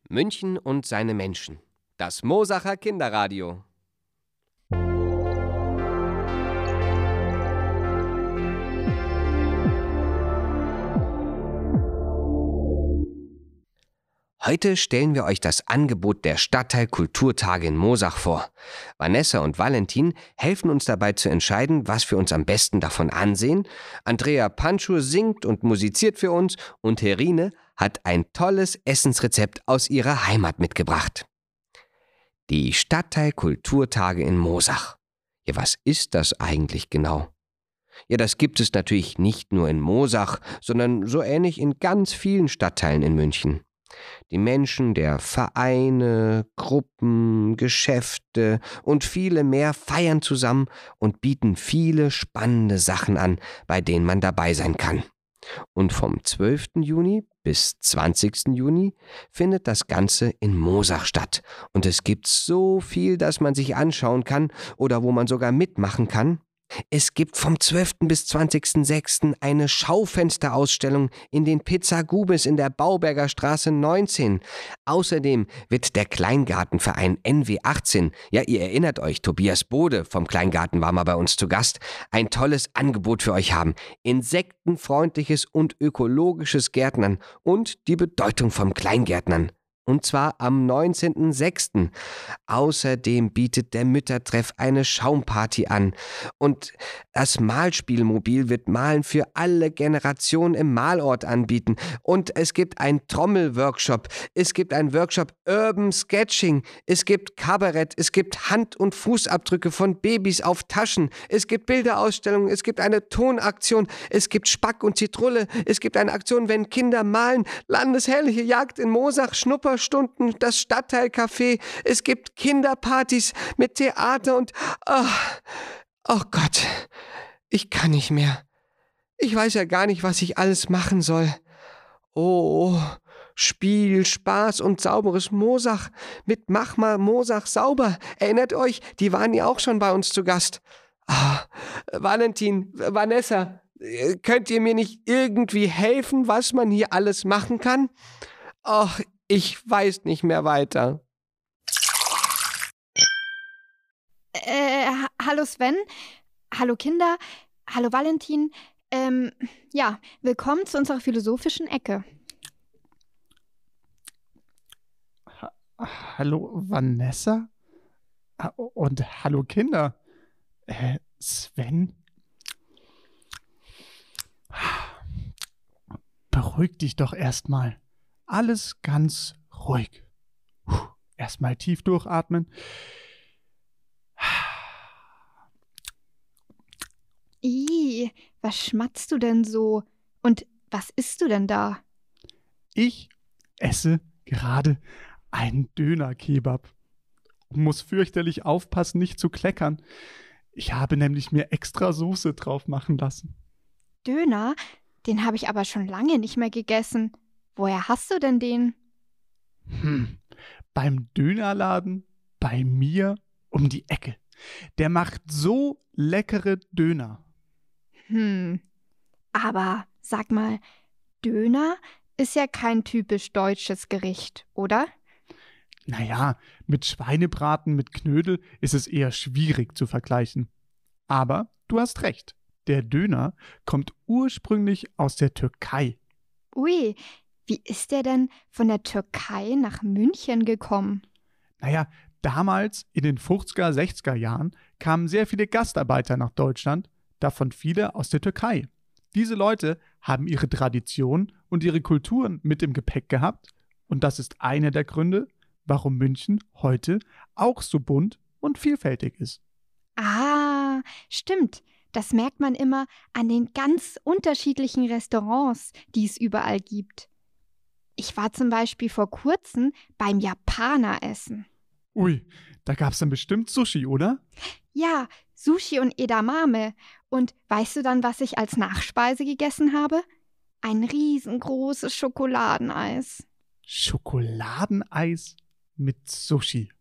München und seine Menschen. Das Mosacher Kinderradio. Heute stellen wir euch das Angebot der Stadtteil-Kulturtage in Mosach vor. Vanessa und Valentin helfen uns dabei zu entscheiden, was wir uns am besten davon ansehen. Andrea Panschur singt und musiziert für uns und Herine hat ein tolles Essensrezept aus ihrer Heimat mitgebracht. Die Stadtteil-Kulturtage in Mosach. Ja, was ist das eigentlich genau? Ja, das gibt es natürlich nicht nur in Mosach, sondern so ähnlich in ganz vielen Stadtteilen in München. Die Menschen der Vereine, Gruppen, Geschäfte und viele mehr feiern zusammen und bieten viele spannende Sachen an, bei denen man dabei sein kann. Und vom 12. Juni bis 20. Juni findet das Ganze in Mosach statt. Und es gibt so viel, das man sich anschauen kann oder wo man sogar mitmachen kann. Es gibt vom 12. bis 20.06. eine Schaufensterausstellung in den Pizzagubis in der Bauberger Straße 19. Außerdem wird der Kleingartenverein NW18, ja, ihr erinnert euch, Tobias Bode vom Kleingarten war mal bei uns zu Gast, ein tolles Angebot für euch haben. Insektenfreundliches und ökologisches Gärtnern und die Bedeutung vom Kleingärtnern. Und zwar am 19.06. Außerdem bietet der Müttertreff eine Schaumparty an. Und das Malspielmobil wird Malen für alle Generationen im Malort anbieten. Und es gibt einen Trommelworkshop. Es gibt einen Workshop Urban Sketching. Es gibt Kabarett. Es gibt Hand- und Fußabdrücke von Babys auf Taschen. Es gibt Bilderausstellungen. Es gibt eine Tonaktion. Es gibt Spack und Zitrulle. Es gibt eine Aktion, wenn Kinder malen. Landesherrliche Jagd in Mosach, Schnupperstunden, das Stadtteilcafé. Es gibt Kinderpartys mit Theater und... Oh Gott, ich kann nicht mehr. Ich weiß ja gar nicht, was ich alles machen soll. Oh, Spiel, Spaß und sauberes Mosach mit Mach mal Mosach sauber. Erinnert euch, die waren ja auch schon bei uns zu Gast. Valentin, Vanessa, könnt ihr mir nicht irgendwie helfen, was man hier alles machen kann? Ach, ich weiß nicht mehr weiter. Hallo Sven, hallo Kinder, hallo Valentin. Willkommen zu unserer philosophischen Ecke. Hallo Vanessa? Und hallo Kinder. Sven? Beruhig dich doch erstmal. Alles ganz ruhig. Erstmal tief durchatmen. Was schmatzt du denn so? Und was isst du denn da? Ich esse gerade einen Döner-Kebab. Muss fürchterlich aufpassen, nicht zu kleckern. Ich habe nämlich mir extra Soße drauf machen lassen. Döner? Den habe ich aber schon lange nicht mehr gegessen. Woher hast du denn den? Beim Dönerladen bei mir um die Ecke. Der macht so leckere Döner. Aber sag mal, Döner ist ja kein typisch deutsches Gericht, oder? Naja, mit Schweinebraten mit Knödel ist es eher schwierig zu vergleichen. Aber du hast recht, der Döner kommt ursprünglich aus der Türkei. Ui, wie ist der denn von der Türkei nach München gekommen? Naja, damals in den 50er, 60er Jahren kamen sehr viele Gastarbeiter nach Deutschland, davon viele aus der Türkei. Diese Leute haben ihre Tradition und ihre Kulturen mit im Gepäck gehabt und das ist einer der Gründe, warum München heute auch so bunt und vielfältig ist. Ah, stimmt. Das merkt man immer an den ganz unterschiedlichen Restaurants, die es überall gibt. Ich war zum Beispiel vor kurzem beim Japaner essen. Ui, da gab's dann bestimmt Sushi, oder? Ja, Sushi und Edamame. Und weißt du dann, was ich als Nachspeise gegessen habe? Ein riesengroßes Schokoladeneis. Schokoladeneis mit Sushi.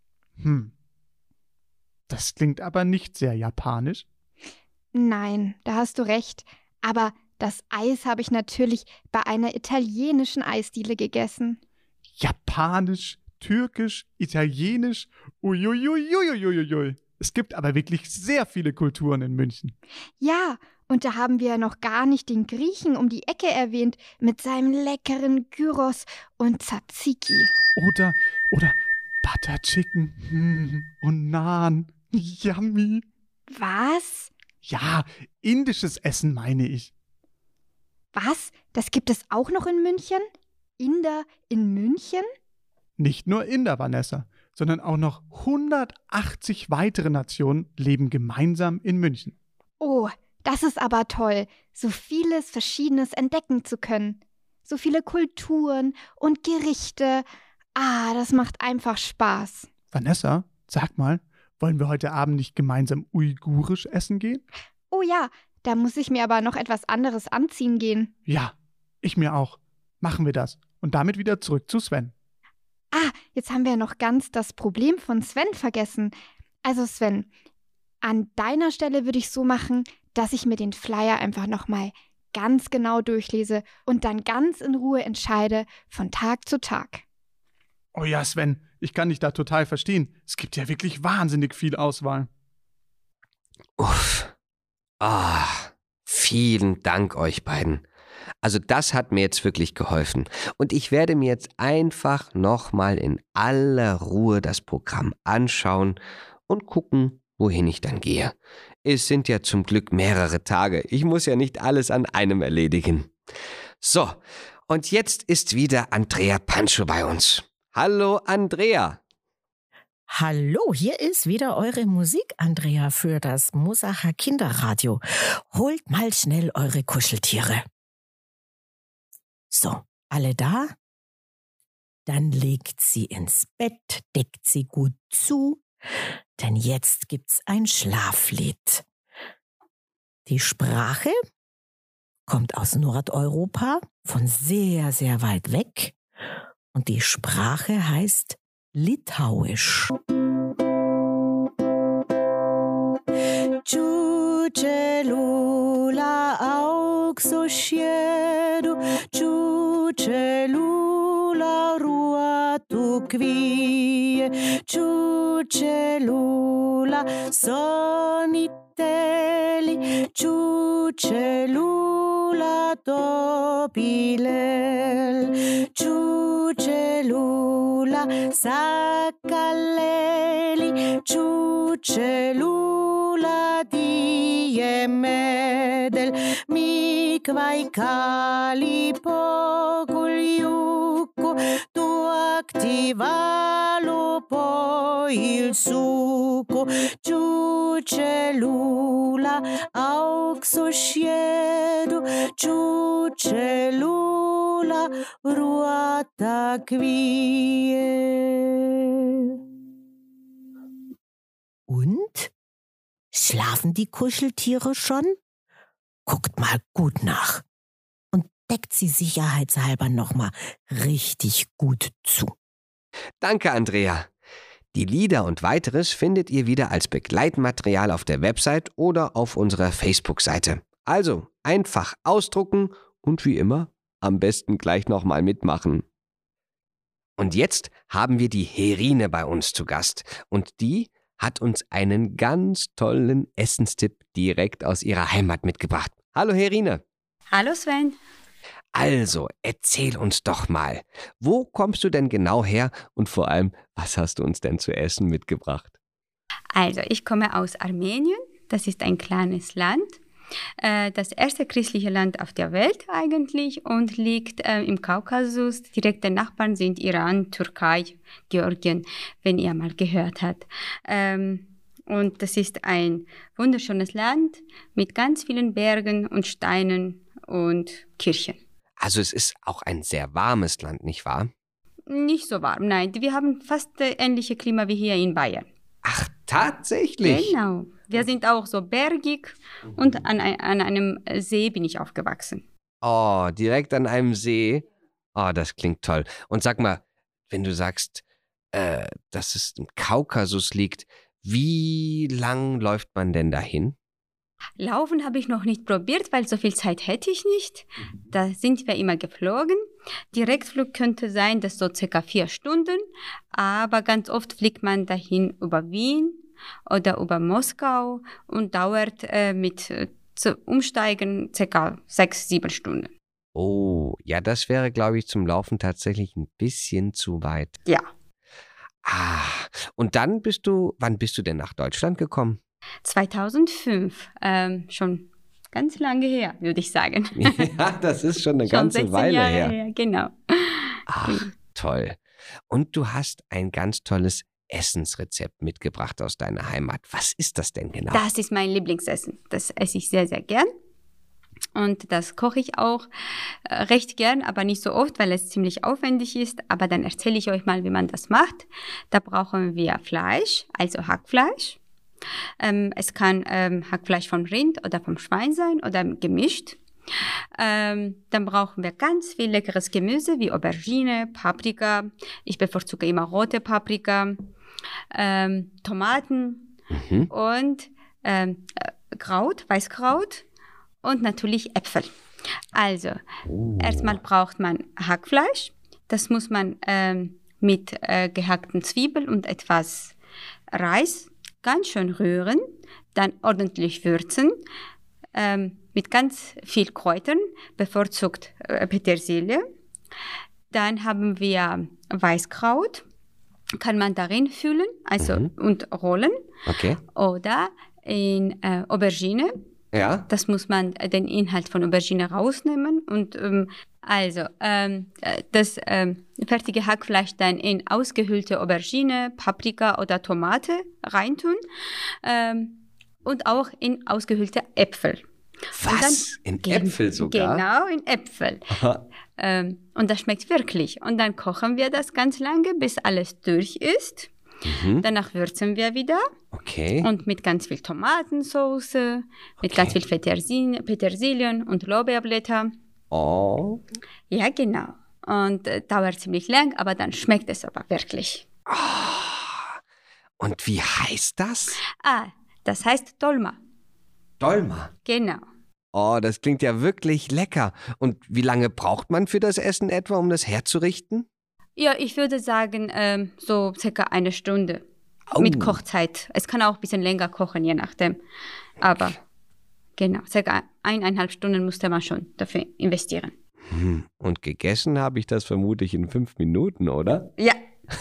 Das klingt aber nicht sehr japanisch. Nein, da hast du recht. Aber das Eis habe ich natürlich bei einer italienischen Eisdiele gegessen. Japanisch, Türkisch, Italienisch. Uiuiuiuiuiui. Es gibt aber wirklich sehr viele Kulturen in München. Ja, und da haben wir ja noch gar nicht den Griechen um die Ecke erwähnt mit seinem leckeren Gyros und Tzatziki. Oder Butter Chicken und Naan. Yummy. Was? Ja, indisches Essen meine ich. Was? Das gibt es auch noch in München? Inder in München? Nicht nur Inder, Vanessa, sondern auch noch 180 weitere Nationen leben gemeinsam in München. Oh, das ist aber toll, so vieles Verschiedenes entdecken zu können. So viele Kulturen und Gerichte. Ah, das macht einfach Spaß. Vanessa, sag mal, wollen wir heute Abend nicht gemeinsam uigurisch essen gehen? Oh ja, da muss ich mir aber noch etwas anderes anziehen gehen. Ja, ich mir auch. Machen wir das. Und damit wieder zurück zu Sven. Ah, jetzt haben wir noch ganz das Problem von Sven vergessen. Also Sven, an deiner Stelle würde ich so machen, dass ich mir den Flyer einfach nochmal ganz genau durchlese und dann ganz in Ruhe entscheide von Tag zu Tag. Oh ja, Sven, ich kann dich da total verstehen. Es gibt ja wirklich wahnsinnig viel Auswahl. Uff. Ah, vielen Dank euch beiden. Also das hat mir jetzt wirklich geholfen. Und ich werde mir jetzt einfach nochmal in aller Ruhe das Programm anschauen und gucken, wohin ich dann gehe. Es sind ja zum Glück mehrere Tage. Ich muss ja nicht alles an einem erledigen. So, und jetzt ist wieder Andrea Pancho bei uns. Hallo Andrea. Hallo, hier ist wieder eure Musik, Andrea, für das Mosacher Kinderradio. Holt mal schnell eure Kuscheltiere. So, alle da? Dann legt sie ins Bett, deckt sie gut zu, denn jetzt gibt's ein Schlaflied. Die Sprache kommt aus Nordeuropa, von sehr, sehr weit weg, und die Sprache heißt Litauisch. Čučelula aukso šiedu, čučelula ruotu kvie, čučelula soniteli, čučelula topilel, čučelula sakaleli, čučelula diemedel, mikvaikali poguljuku, tu aktivalo po il suku, čučelula aukso šiedu, čučelula ruota kvie. Und? Schlafen die Kuscheltiere schon? Guckt mal gut nach und deckt sie sicherheitshalber nochmal richtig gut zu. Danke, Andrea. Die Lieder und weiteres findet ihr wieder als Begleitmaterial auf der Website oder auf unserer Facebook-Seite. Also einfach ausdrucken und wie immer am besten gleich nochmal mitmachen. Und jetzt haben wir die Herine bei uns zu Gast und die hat uns einen ganz tollen Essenstipp direkt aus ihrer Heimat mitgebracht. Hallo Herine. Hallo Sven. Also, erzähl uns doch mal, wo kommst du denn genau her und vor allem, was hast du uns denn zu essen mitgebracht? Also, ich komme aus Armenien. Das ist ein kleines Land. Das erste christliche Land auf der Welt eigentlich und liegt im Kaukasus. Direkte Nachbarn sind Iran, Türkei, Georgien, wenn ihr mal gehört habt. Und das ist ein wunderschönes Land mit ganz vielen Bergen und Steinen und Kirchen. Also es ist auch ein sehr warmes Land, nicht wahr? Nicht so warm, nein. Wir haben fast ähnliche Klima wie hier in Bayern. Ach, tatsächlich? Genau. Wir sind auch so bergig und an einem See bin ich aufgewachsen. Oh, direkt an einem See? Oh, das klingt toll. Und sag mal, wenn du sagst, dass es im Kaukasus liegt, wie lang läuft man denn dahin? Laufen habe ich noch nicht probiert, weil so viel Zeit hätte ich nicht. Da sind wir immer geflogen. Direktflug könnte sein, das so circa 4 Stunden, aber ganz oft fliegt man dahin über Wien oder über Moskau und dauert zu Umsteigen circa 6-7 Stunden. Oh, ja, das wäre, glaube ich, zum Laufen tatsächlich ein bisschen zu weit. Ja. Und dann wann bist du denn nach Deutschland gekommen? 2005, schon ganz lange her, würde ich sagen. Ja, das ist schon eine Schon ganze 16 Weile Jahre her. Genau. Ach, toll. Und du hast ein ganz tolles Essensrezept mitgebracht aus deiner Heimat. Was ist das denn genau? Das ist mein Lieblingsessen. Das esse ich sehr, sehr gern. Und das koche ich auch recht gern, aber nicht so oft, weil es ziemlich aufwendig ist. Aber dann erzähle ich euch mal, wie man das macht. Da brauchen wir Fleisch, also Hackfleisch. Es kann Hackfleisch vom Rind oder vom Schwein sein oder gemischt. Dann brauchen wir ganz viel leckeres Gemüse wie Aubergine, Paprika. Ich bevorzuge immer rote Paprika, Tomaten und Kraut, Weißkraut und natürlich Äpfel. Also, erstmal braucht man Hackfleisch. Das muss man mit gehackten Zwiebeln und etwas Reis ganz schön rühren, dann ordentlich würzen, mit ganz viel Kräutern, bevorzugt Petersilie. Dann haben wir Weißkraut, kann man darin füllen, also und rollen. Okay. Oder in Aubergine. Ja. Das muss man den Inhalt von Aubergine rausnehmen und das fertige Hackfleisch dann in ausgehöhlte Aubergine, Paprika oder Tomate reintun und auch in ausgehöhlte Äpfel. Was? In Äpfel sogar? Genau, in Äpfel. Und das schmeckt wirklich. Und dann kochen wir das ganz lange, bis alles durch ist. Danach würzen wir wieder. Okay. Und mit ganz viel Tomatensauce, mit ganz viel Petersilien und Lorbeerblätter. Oh. Ja, genau. Und dauert ziemlich lang, aber dann schmeckt es aber wirklich. Oh. Und wie heißt das? Das heißt Dolma. Dolma? Genau. Oh, das klingt ja wirklich lecker. Und wie lange braucht man für das Essen etwa, um das herzurichten? Ja, ich würde sagen, so circa 1 Stunde mit Kochzeit. Es kann auch ein bisschen länger kochen, je nachdem. Aber genau, circa 1,5 Stunden musste man schon dafür investieren. Und gegessen habe ich das vermutlich in 5 Minuten, oder? Ja.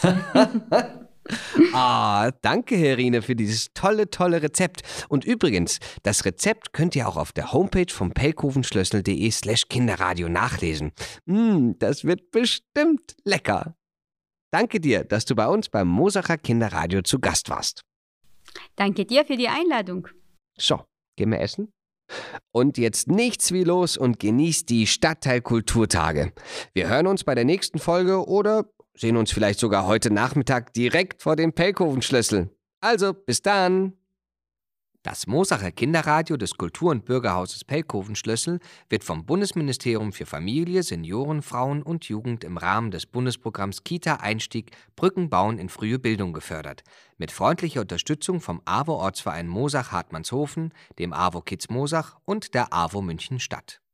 Danke, Herine, für dieses tolle Rezept. Und übrigens, das Rezept könnt ihr auch auf der Homepage vom pelkovenschlössl.de/kinderradio nachlesen. Das wird bestimmt lecker. Danke dir, dass du bei uns beim Mosacher Kinderradio zu Gast warst. Danke dir für die Einladung. So, gehen wir essen? Und jetzt nichts wie los und genießt die Stadtteilkulturtage. Wir hören uns bei der nächsten Folge oder sehen uns vielleicht sogar heute Nachmittag direkt vor dem Pelkovenschlössl. Also, bis dann! Das Mosacher Kinderradio des Kultur- und Bürgerhauses Pelkovenschlössl wird vom Bundesministerium für Familie, Senioren, Frauen und Jugend im Rahmen des Bundesprogramms Kita-Einstieg Brücken bauen in frühe Bildung gefördert. Mit freundlicher Unterstützung vom AWO-Ortsverein Mosach-Hartmannshofen, dem AWO Kids Mosach und der AWO München Stadt.